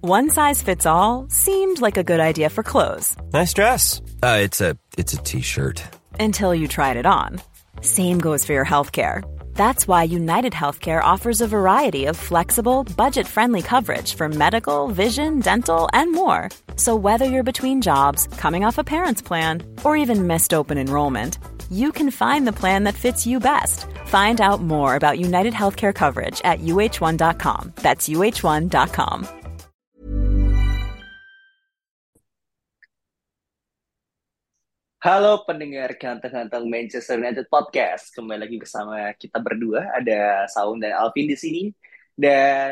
One size fits all seemed like a good idea for clothes. Nice dress. It's a t-shirt. Until you tried it on. Same goes for your healthcare. That's why United Healthcare offers a variety of flexible, budget-friendly coverage for medical, vision, dental, and more. So whether you're between jobs, coming off a parent's plan, or even missed open enrollment, you can find the plan that fits you best. Find out more about United Healthcare coverage at uh1.com. That's uh1.com. Halo pendengar ganteng-ganteng Manchester United Podcast. Kembali lagi bersama kita berdua. Ada Saung dan Alvin di sini. Dan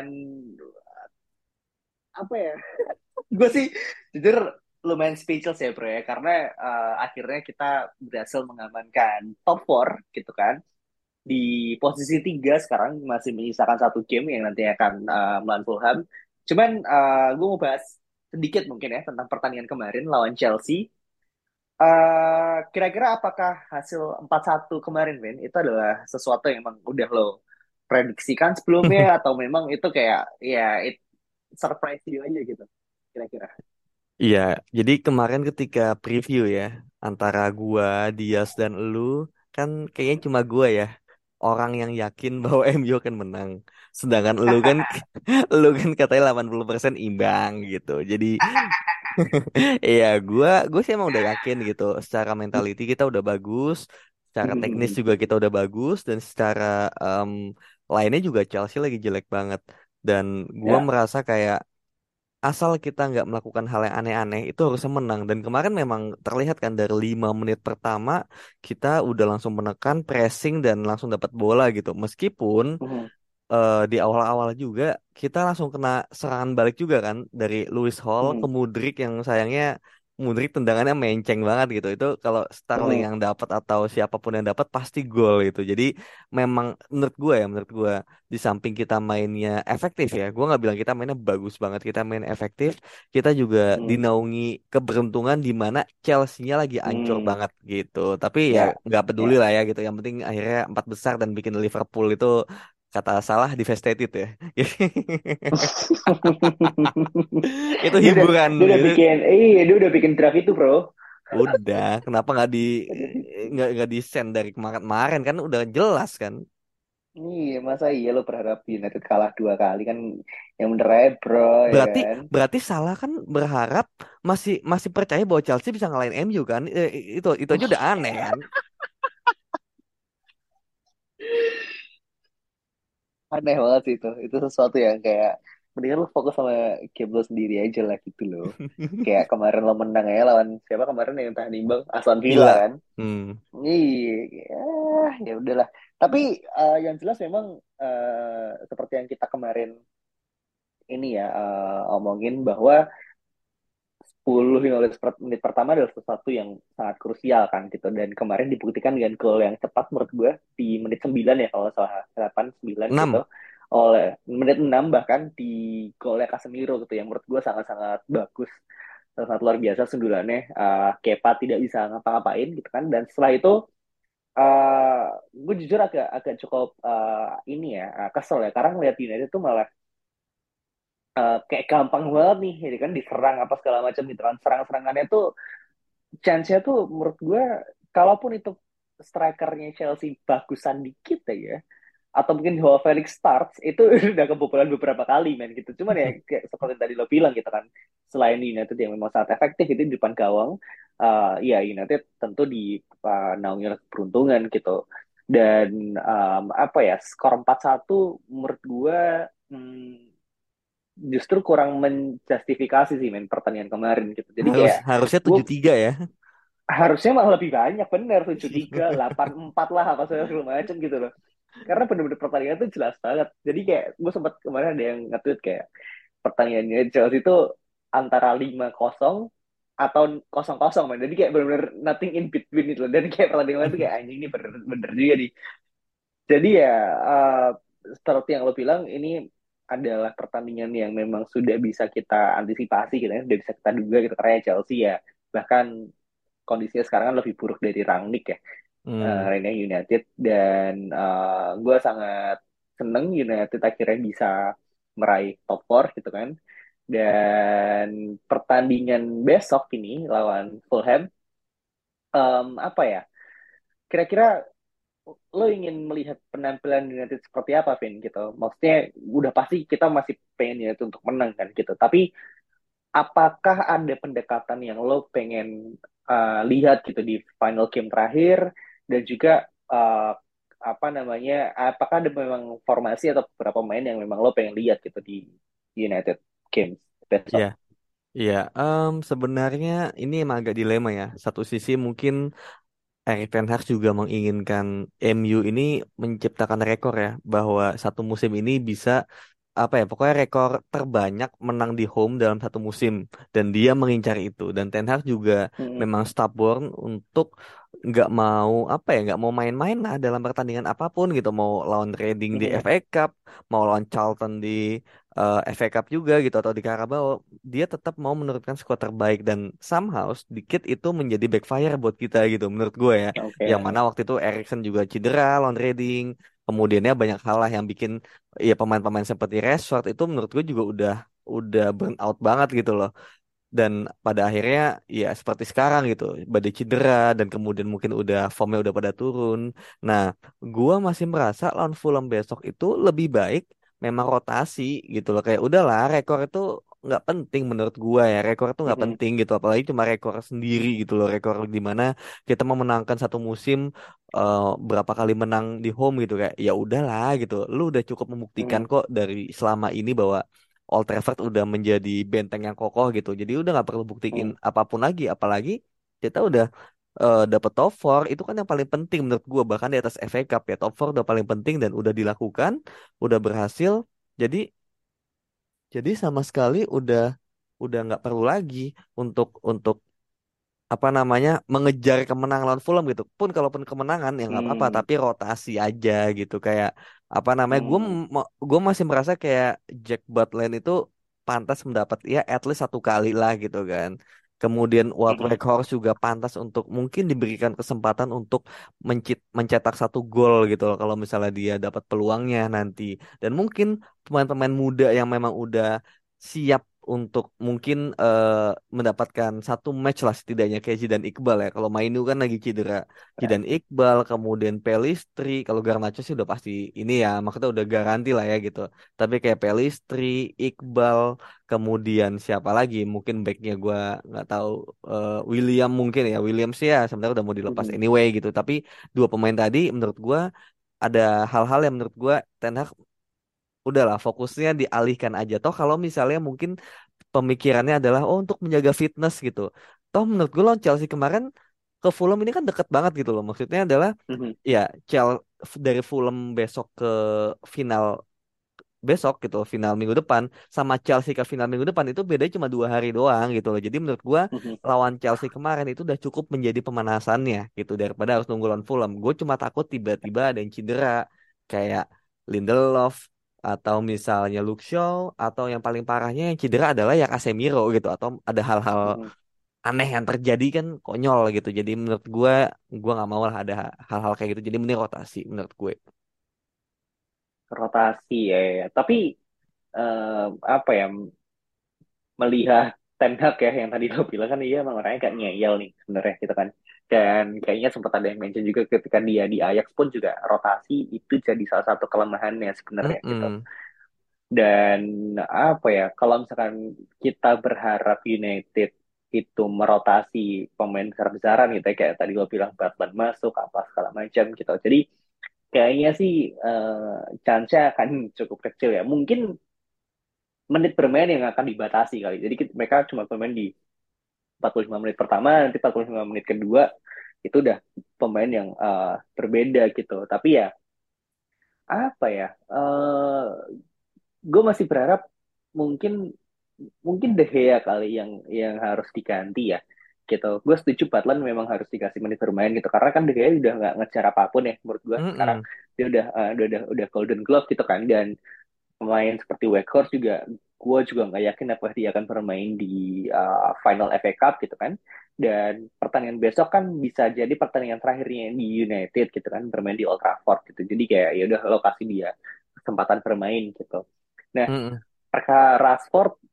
apa ya? Gue sih jujur lumayan speechless ya bro ya. Karena akhirnya kita berhasil mengamankan top 4 gitu kan. Di posisi 3 sekarang masih menyisakan satu game yang nanti akan melawan Fulham. Cuman gue mau bahas sedikit mungkin ya tentang pertandingan kemarin lawan Chelsea. Kira-kira apakah hasil 4-1 kemarin, Vin, itu adalah sesuatu yang emang udah lo prediksikan sebelumnya atau memang itu kayak ya surprise you aja gitu, kira-kira? Iya, jadi kemarin ketika preview ya antara gua, Dias dan elu kan kayaknya cuma gua ya orang yang yakin bahwa MU akan menang. Sedangkan elu kan katanya 80% imbang gitu. Jadi iya, gua sih emang udah yakin gitu. Secara mentality kita udah bagus, secara teknis juga kita udah bagus dan secara em, lainnya juga Chelsea lagi jelek banget. Dan gua Ya. merasa kayak asal kita nggak melakukan hal yang aneh-aneh itu harusnya menang dan kemarin memang terlihat kan dari 5 menit pertama kita udah langsung menekan pressing dan langsung dapat bola gitu meskipun Mhm. di awal-awal juga kita langsung kena serangan balik juga kan dari Lewis Hall ke Mhm. Mudryk yang sayangnya Mudryk tendangannya menceng banget gitu. Itu kalau Sterling Mhm. yang dapat atau siapapun yang dapat pasti gol itu. Jadi memang menurut gue di samping kita mainnya efektif ya. Gue nggak bilang kita mainnya bagus banget, kita main efektif. Kita juga Mhm. dinaungi keberuntungan di mana Chelsea-nya lagi ancur Mhm. banget gitu. Tapi ya Ya. nggak peduli Ya. lah ya gitu. Yang penting akhirnya empat besar dan bikin Liverpool itu kata salah devastated ya. Itu Dia udah hiburan dia udah itu. bikin dia udah bikin draft itu, bro. Udah, kenapa nggak di send dari kemarin kan udah jelas kan. Iya, masa iya lo berharap United kalah 2 kali kan, yang bener aja bro, ya Berarti kan? berarti salah kan berharap masih masih percaya bahwa Chelsea bisa ngalahin MU kan. Itu aja udah aneh kan. Aneh banget sih itu sesuatu yang kayak mendingan lo fokus sama game lo sendiri aja lah gitu loh. Kayak kemarin lo menang ya lawan siapa kemarin yang tahan imbang, Aston Villa Gila. kan. Hmm. Iya, ya udahlah. Tapi yang jelas memang seperti yang kita kemarin ini ya omongin bahwa 10-15 menit pertama adalah sesuatu yang sangat krusial kan gitu, dan kemarin dibuktikan dengan gol yang cepat menurut gue di menit 9 ya, kalau nggak salah 8 9 gitu, 6. oleh menit 6 bahkan di golnya Casemiro gitu, yang menurut gue sangat-sangat bagus, sangat luar biasa sundulannya. Kepa tidak bisa ngapa-ngapain gitu kan, dan setelah itu gue jujur agak agak cukup ini ya, kesel ya karena ngeliat United tuh malah kayak gampang banget nih, jadi kan diserang apa segala macam gitu kan, serang-serangannya tuh chance-nya tuh menurut gue, kalaupun itu strikernya Chelsea bagusan dikit ya, atau mungkin Joao Felix starts, itu udah kebobolan beberapa kali men gitu. Cuman ya kayak seperti tadi lo bilang gitu kan, selain United yang memang sangat efektif itu di depan gawang, ya United tentu di naungi oleh keberuntungan gitu. Dan apa ya, skor 4-1 menurut gue justru kurang menjustifikasi sih men pertandingan kemarin gitu. Jadi kayak Harusnya gue 7-3 ya. harusnya malah lebih banyak, bener 7-3 8-4 lah apa segala macam gitu loh, karena bener-bener pertandingan tuh jelas banget. Jadi kayak gue sempat kemarin ada yang nge-tweet kayak pertandingannya Chelsea itu antara 5-0 atau 0-0 man. Jadi kayak bener-bener nothing in between itu loh. Dan kayak pertandingan itu kayak anjing, ini bener-bener juga nih. Jadi ya uh, seperti yang lo bilang, ini adalah pertandingan yang memang sudah bisa kita antisipasi gitu ya, sudah bisa kita duga gitu, karena Chelsea ya bahkan kondisinya sekarang kan lebih buruk dari Rangnick ya, Hmm. Reina United. Dan gue sangat seneng United akhirnya bisa meraih top 4 gitu kan. Dan pertandingan besok ini lawan Fulham, apa ya? Kira-kira lo ingin melihat penampilan United seperti apa, Vin? Gitu. Maksudnya udah pasti kita masih pengen United untuk menang kan gitu. Tapi apakah ada pendekatan yang lo pengen lihat gitu di final game terakhir dan juga uh, apa namanya? Apakah ada memang formasi atau beberapa pemain yang memang lo pengen lihat gitu di United Games besok? Iya, iya. Sebenarnya ini emang agak dilema ya. Satu sisi mungkin Erik ten Hag juga menginginkan MU ini menciptakan rekor ya, bahwa satu musim ini bisa apa ya, pokoknya rekor terbanyak menang di home dalam satu musim, dan dia mengincar itu. Dan Ten Hag juga Hmm, memang stubborn untuk nggak mau apa ya, nggak mau main-main lah dalam pertandingan apapun gitu, mau lawan Reading di hmm, FA Cup, mau lawan Charlton di FA Cup juga gitu, atau di Carabao, dia tetap mau menurunkan skuad terbaik. Dan somehow sedikit itu menjadi backfire buat kita gitu menurut gue ya, yang mana oke. waktu itu Eriksen juga cedera lawan Reading. Kemudiannya banyak hal lah yang bikin ya pemain-pemain seperti Rashford itu menurut gue juga udah burn out banget gitu loh. Dan pada akhirnya ya seperti sekarang gitu, badai cedera dan kemudian mungkin udah formnya udah pada turun. Nah, gua masih merasa lawan Fulham besok itu lebih baik memang rotasi gitu loh. Kayak udahlah, rekor itu nggak penting menurut gua ya. Rekor itu nggak Hmm, penting gitu, apalagi cuma rekor sendiri gitu loh. Rekor di mana kita memenangkan satu musim eh, berapa kali menang di home gitu, kayak ya udahlah gitu. Lu udah cukup membuktikan hmm, kok dari selama ini bahwa Old Trafford udah menjadi benteng yang kokoh gitu. Jadi udah nggak perlu buktiin hmm, apapun lagi. Apalagi kita udah dapet top 4, itu kan yang paling penting menurut gua, bahkan di atas FA Cup ya. Top 4 udah paling penting dan udah dilakukan, udah berhasil. Jadi sama sekali udah nggak perlu lagi untuk apa namanya mengejar kemenangan lawan Fulham gitu. Pun kalaupun kemenangan ya nggak apa-apa, hmm, tapi rotasi aja gitu. Kayak apa namanya? hmm, Gue masih merasa kayak Jack Butland itu pantas mendapat ya at least satu kali lah gitu kan. Kemudian Wout hmm, Weghorst juga pantas untuk mungkin diberikan kesempatan untuk mencetak satu gol gitu loh kalau misalnya dia dapat peluangnya nanti. Dan mungkin pemain-pemain muda yang memang udah siap untuk mungkin mendapatkan satu match lah setidaknya, kayak Zidane Iqbal ya. Kalau Mainu kan lagi cedera. ya, Zidane Iqbal, kemudian Pelistri. Kalau Garnacho sih udah pasti ini ya, maksudnya udah garanti lah ya gitu. Tapi kayak Pelistri, Iqbal, kemudian siapa lagi? Mungkin backnya gue nggak tahu. William mungkin ya. William sih ya sebenarnya udah mau dilepas hmm, anyway gitu. Tapi dua pemain tadi menurut gue ada hal-hal yang menurut gue Ten Hag udahlah fokusnya dialihkan aja. Toh kalau misalnya mungkin pemikirannya adalah oh untuk menjaga fitness gitu. Toh menurut gue lawan Chelsea kemarin ke Fulham ini kan deket banget gitu loh. Maksudnya adalah hmm, ya dari Fulham besok ke final besok gitu, final minggu depan, sama Chelsea ke final minggu depan itu bedanya cuma 2 hari doang gitu loh. Jadi menurut gua hmm. lawan Chelsea kemarin itu udah cukup menjadi pemanasannya gitu, daripada harus nunggu lawan Fulham. Gue cuma takut tiba-tiba ada yang cedera kayak Lindelof, atau misalnya Luke Shaw, atau yang paling parahnya yang cedera adalah ya Casemiro gitu, atau ada hal-hal Hmm. aneh yang terjadi kan konyol gitu. Jadi menurut gua nggak mau lah ada hal-hal kayak gitu. Jadi mending rotasi menurut gue. Rotasi ya, ya. Tapi apa ya, melihat Ten Hag ya yang tadi lo bilang kan dia emang orangnya kayak ngeyel nih sebenarnya gitu kan. Dan kayaknya sempat ada yang mention juga ketika dia di Ajax pun juga rotasi itu jadi salah satu kelemahannya sebenarnya gitu. Mm-mm. Dan apa ya, kalau misalkan kita berharap United itu merotasi pemain besar-besaran gitu ya, kayak tadi lo bilang Batman masuk apa segala macam gitu. Jadi kayaknya sih chance-nya akan cukup kecil ya. Mungkin menit bermain yang akan dibatasi kali. Jadi mereka cuma bermain di 45 menit pertama, nanti 45 menit kedua itu udah pemain yang berbeda gitu. Tapi ya apa ya, gue masih berharap mungkin mungkin De Gea kali yang harus diganti ya gitu. Gue setuju Butland memang harus dikasih menit bermain gitu karena kan De Gea udah nggak ngejar apapun ya menurut gue sekarang. Mm-mm. Dia udah Golden Glove gitu kan. Dan pemain seperti Weghorst juga gue juga nggak yakin apa dia akan bermain di final FA Cup gitu kan. Dan pertandingan besok kan bisa jadi pertandingan terakhirnya di United gitu kan, bermain di Old Trafford gitu. Jadi kayak ya udah lo kasih dia kesempatan bermain gitu. Nah, Mm-mm. perkara Rashford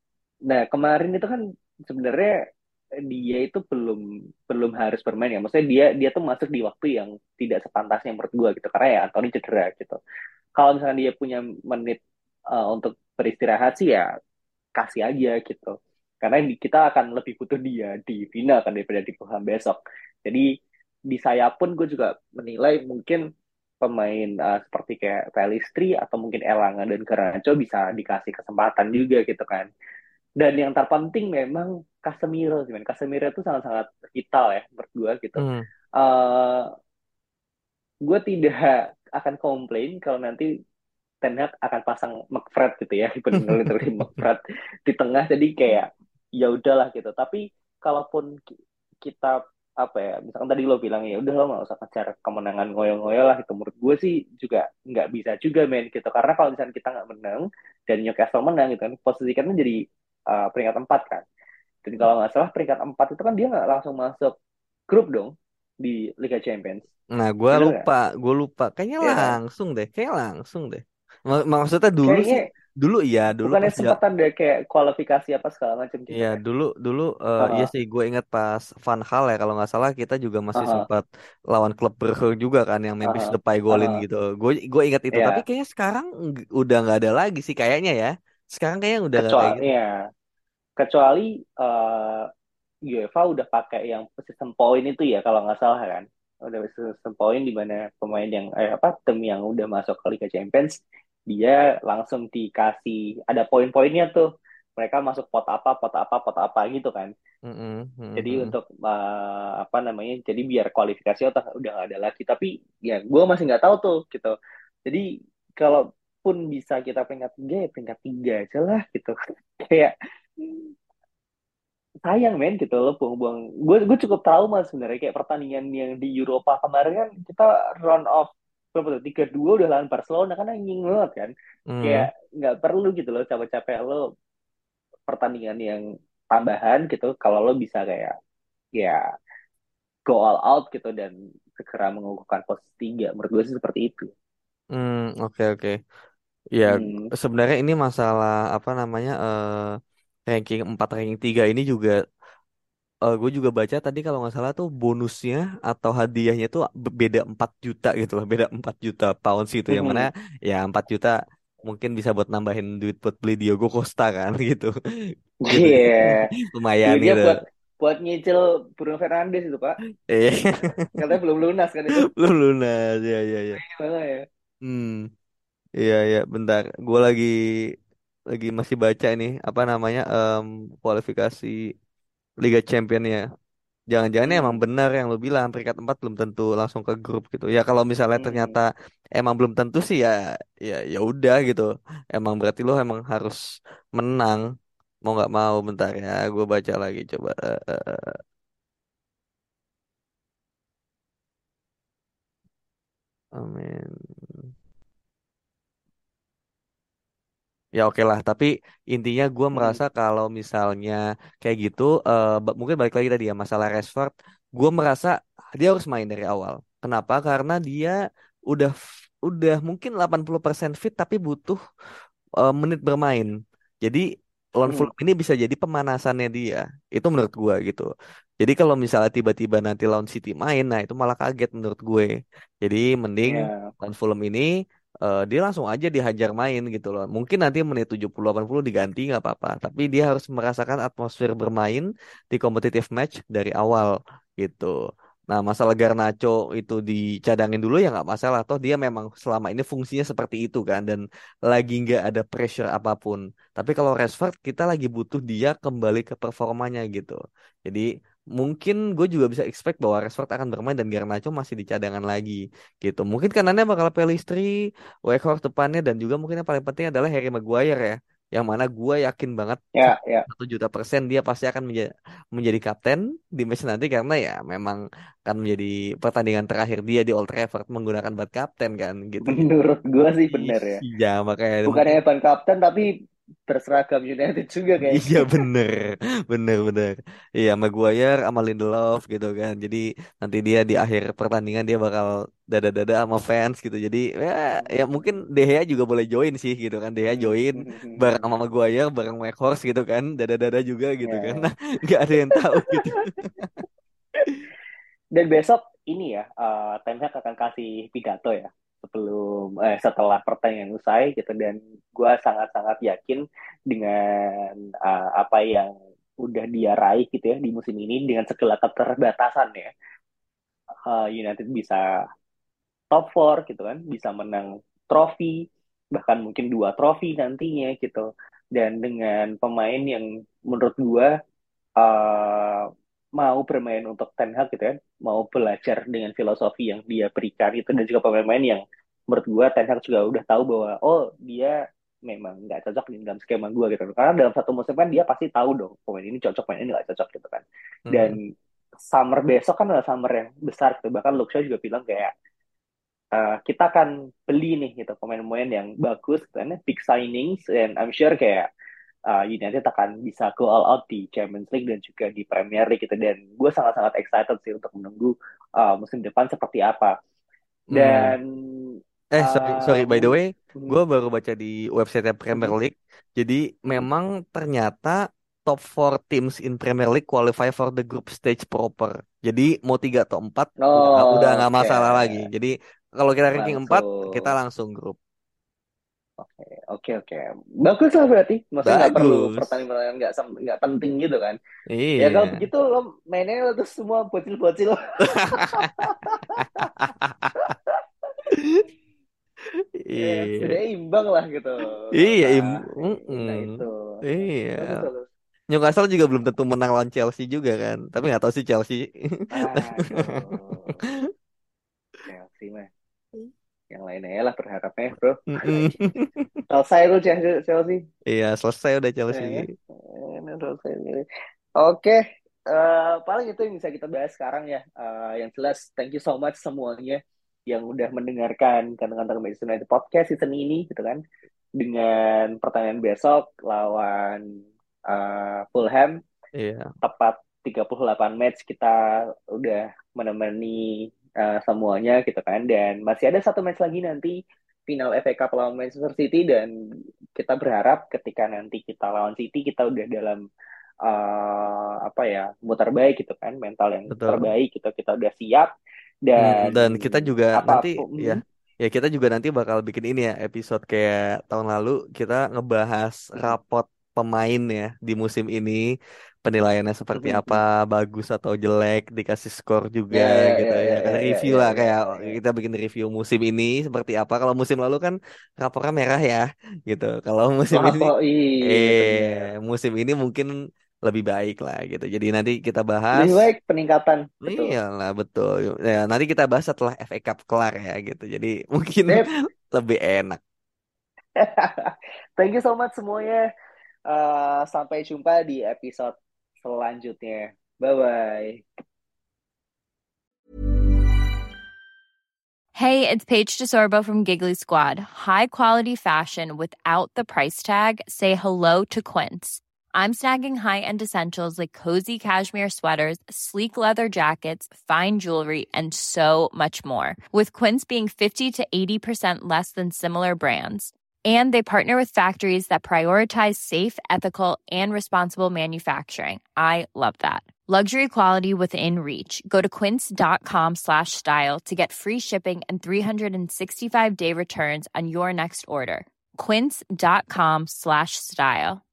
Nah, kemarin itu kan sebenarnya dia itu belum belum harus bermain ya. Maksudnya dia tuh masuk di waktu yang tidak sepantasnya menurut gue gitu. Karena ya Anthony cedera gitu. Kalau misalnya dia punya menit untuk beristirahat sih ya kasih aja gitu. Karena kita akan lebih butuh dia di final kan daripada di Fulham besok. Jadi di saya pun gue juga menilai mungkin pemain seperti kayak Pelistri atau mungkin Elanga dan Garnacho bisa dikasih kesempatan juga gitu kan. Dan yang terpenting memang Casemiro sih, men. Casemiro itu sangat-sangat vital ya menurut gue gitu. Hmm. Uh, gue tidak akan komplain kalau nanti Ten Hag akan pasang McFred gitu ya, literally McFred di tengah. Jadi kayak ya udahlah gitu. Tapi kalaupun kita apa ya, misalkan tadi lo bilang ya udah lo nggak usah kejar kemenangan ngoyo-ngoyo lah itu menurut gue sih juga nggak bisa juga men gitu karena kalau misalnya kita nggak menang dan Newcastle menang gitu kan posisi kan jadi peringkat 4 kan. Dan kalau nggak salah peringkat 4 itu kan dia nggak langsung masuk grup dong di Liga Champions. Nah, gue Bener nggak? lupa, gue lupa. Kayaknya Iya kan? langsung deh, kayak langsung deh. Maksudnya dulu sih, Kayaknya dulu iya, dulu bukannya pas sempat ada kayak kualifikasi apa segala macam gitu iya kan? dulu dulu iya Aha, sih gue ingat pas Van Hal ya kalau nggak salah kita juga masih aha, sempat lawan klub Brugge juga kan yang Memphis aha, Depay golin aha. gitu. Gue ingat itu, tapi Ya, kayaknya sekarang udah nggak ada lagi sih kayaknya ya. Sekarang kayaknya udah nggak kayak kecuali gitu. ya, kecuali UEFA udah pakai yang sistem poin itu ya kalau nggak salah kan. Udah sistem poin di mana pemain yang apa tim yang udah masuk ke Liga Champions dia langsung dikasih ada poin-poinnya tuh. Mereka masuk pot apa, pot apa, pot apa gitu kan. Mm-mm, Jadi mm-mm. untuk apa namanya? Jadi biar kualifikasi udah nggak ada lagi. Tapi ya gue masih nggak tahu tuh gitu. Jadi kalaupun bisa kita peringkat 3 ya peringkat 3 aja lah gitu. Kayak sayang men gitu loh buang-buang. Gue cukup trauma sebenarnya kayak pertandingan yang di Eropa kemarin kan kita round off berapa tuh 3-2 udah lawan Barcelona kan anjing banget kan. Kayak Mm. nggak perlu gitu loh capek-capek lo pertandingan yang tambahan gitu kalau lo bisa kayak ya go all out gitu dan segera mengukuhkan posisi 3. Menurut gue sih seperti itu. Oke oke. Ya Hmm. sebenarnya ini masalah apa namanya ranking 4 ranking 3 ini juga gue juga baca tadi kalau nggak salah tuh bonusnya atau hadiahnya tuh beda 4 juta gitu loh, beda 4 juta pounds gitu yang mana ya 4 juta mungkin bisa buat nambahin duit buat beli Diogo Costa kan gitu. Gitu. Iya, Lumayan duitnya gitu. buat buat nyicil Bruno Fernandes itu Pak. Eh, Katanya belum lunas kan itu. belum lunas ya ya ya. Gimana ya? Hmm, iya iya bentar. Gue lagi masih baca ini apa namanya kualifikasi Liga Champion ya. Jangan-jangan emang Hmm. benar yang lu bilang peringkat 4 belum tentu langsung ke grup gitu. Ya kalau misalnya ternyata Hmm. emang belum tentu sih ya ya ya udah gitu. Emang berarti lu emang harus menang mau nggak mau bentar ya. Gue baca lagi coba. Amin. Ya oke lah, tapi intinya gue Hmm. merasa kalau misalnya kayak gitu, mungkin balik lagi tadi ya masalah Rashford, gue merasa dia harus main dari awal. Kenapa? Karena dia udah udah mungkin 80% fit tapi butuh menit bermain. Jadi lawan Hmm. Fulham ini bisa jadi pemanasannya dia. Itu menurut gue gitu. Jadi kalau misalnya tiba-tiba nanti lawan City main, nah itu malah kaget menurut gue. Jadi mending Ya. lawan Fulham ini dia langsung aja dihajar main gitu loh. Mungkin nanti menit 70-80 diganti nggak apa-apa. Tapi dia harus merasakan atmosfer bermain di competitive match dari awal gitu. Nah, masalah Garnacho itu dicadangin dulu ya nggak masalah. Toh dia memang selama ini fungsinya seperti itu kan. Dan lagi nggak ada pressure apapun. Tapi kalau Rashford kita lagi butuh dia kembali ke performanya gitu. Jadi mungkin gue juga bisa expect bahwa Rashford akan bermain dan Garnacho masih di cadangan lagi gitu. Mungkin kanannya bakal Pelistri, Weghorst depannya dan juga mungkin yang paling penting adalah Harry Maguire ya. Yang mana gue yakin banget Ya, ya. 1 juta % dia pasti akan menjadi kapten di match nanti karena ya memang akan menjadi pertandingan terakhir dia di Old Trafford menggunakan bat kapten kan gitu. Menurut gue sih benar ya. Iya makanya Bukannya mungkin Evan Kapten tapi berseragam United juga Iya kayaknya. bener. Iya Maguire sama Lindelof gitu kan. Jadi nanti dia di akhir pertandingan dia bakal dada-dada sama fans gitu. Jadi ya mungkin De Gea juga boleh join sih gitu kan. De Gea join bareng sama Maguire, bareng Weghorst gitu kan. Dada-dada juga gitu kan. Nah, Ya. nggak ada yang tahu gitu. Dan besok ini ya, Ten Hag akan kasih pidato ya setelah pertandingan usai gitu, dan gue sangat-sangat yakin dengan apa yang udah dia raih gitu ya di musim ini dengan segala keterbatasan ya, United bisa top 4 gitu kan, bisa menang trofi, bahkan mungkin 2 trofi nantinya gitu. Dan dengan pemain yang menurut gue uh, mau bermain untuk Ten Hag gitu kan, mau belajar dengan filosofi yang dia berikan itu, dan juga pemain-pemain yang menurut gue Ten Hag juga udah tahu bahwa oh dia memang nggak cocok di dalam skema gue gitu. Karena dalam satu musim kan dia pasti tahu dong pemain ini cocok, pemain ini nggak cocok gitu kan. Dan Hmm, summer besok kan adalah summer yang besar gitu. Bahkan Luke Shaw juga bilang kayak kita akan beli nih gitu pemain-pemain yang bagus karena big signings, and I'm sure kayak United akan bisa go all out di Champions League dan juga di Premier League gitu, dan gue sangat-sangat excited sih untuk menunggu musim depan seperti apa. hmm. Dan Sorry, by the way, gue hmm, baru baca di website Premier hmm, League. Jadi hmm. memang ternyata top 4 teams in Premier League qualify for the group stage proper. Jadi mau 3 atau 4 udah nggak Oke, masalah lagi. Jadi kalau kita ranking 4 kita langsung. langsung grup. Oke, oke, oke. Bagus lah berarti. Maksudnya nggak perlu Bagus. pertandingan nggak penting gitu kan. Ya kalau Iya. begitu lo mainnya lo tuh semua bocil-bocil. Ya, Iya. setidaknya imbang lah gitu. Iya, Nah, mm-mm. nah itu. Iya. Bagus, bagus. Newcastle juga belum tentu menang lawan Chelsea juga kan. Tapi nggak tahu sih Chelsea. Aduh, Chelsea mah. Yang lain aja lah berharapnya, bro. Mm-mm. Selesai tuh Chelsea. Iya, selesai udah Ya, Chelsea. ya. Selesai. Oke, paling itu yang bisa kita bahas sekarang ya. Yang jelas, thank you so much semuanya yang udah mendengarkan Kantong-Kantong Manchester United Podcast season ini gitu kan. Dengan pertandingan besok lawan Fulham, Iya, tepat 38 match kita udah menemani semuanya gitu kan, dan masih ada satu match lagi nanti final FA Cup lawan Manchester City, dan kita berharap ketika nanti kita lawan City kita udah dalam apa ya, mood terbaik gitu kan, mental yang betul. terbaik gitu, kita udah siap. Dan Dan kita juga nanti apapun ya kita juga nanti bakal bikin ini ya episode kayak tahun lalu kita ngebahas rapot pemain ya di musim ini penilaiannya seperti apa, bagus atau jelek, dikasih skor juga ya ya gitu ya ya. ya Kan ya ya review ya lah ya kayak ya ya. kita bikin review musim ini seperti apa. Kalau musim lalu kan rapornya merah ya gitu. Kalau musim ini Lapor, iya bener. musim ini mungkin lebih baik lah gitu. Jadi nanti kita bahas. Lebih baik peningkatan, betul. Iyalah betul. Ya, nanti kita bahas setelah FA Cup kelar ya gitu. Jadi mungkin Sip. lebih enak. Thank you so much semuanya. Sampai jumpa di episode selanjutnya. Bye bye. Hey, it's Paige DeSorbo from Giggly Squad. High quality fashion without the price tag. Say hello to Quince. I'm snagging high-end essentials like cozy cashmere sweaters, sleek leather jackets, fine jewelry, and so much more. With Quince being 50 to 80% less than similar brands. And they partner with factories that prioritize safe, ethical, and responsible manufacturing. I love that. Luxury quality within reach. Go to quince.com/style to get free shipping and 365-day returns on your next order. Quince.com/style.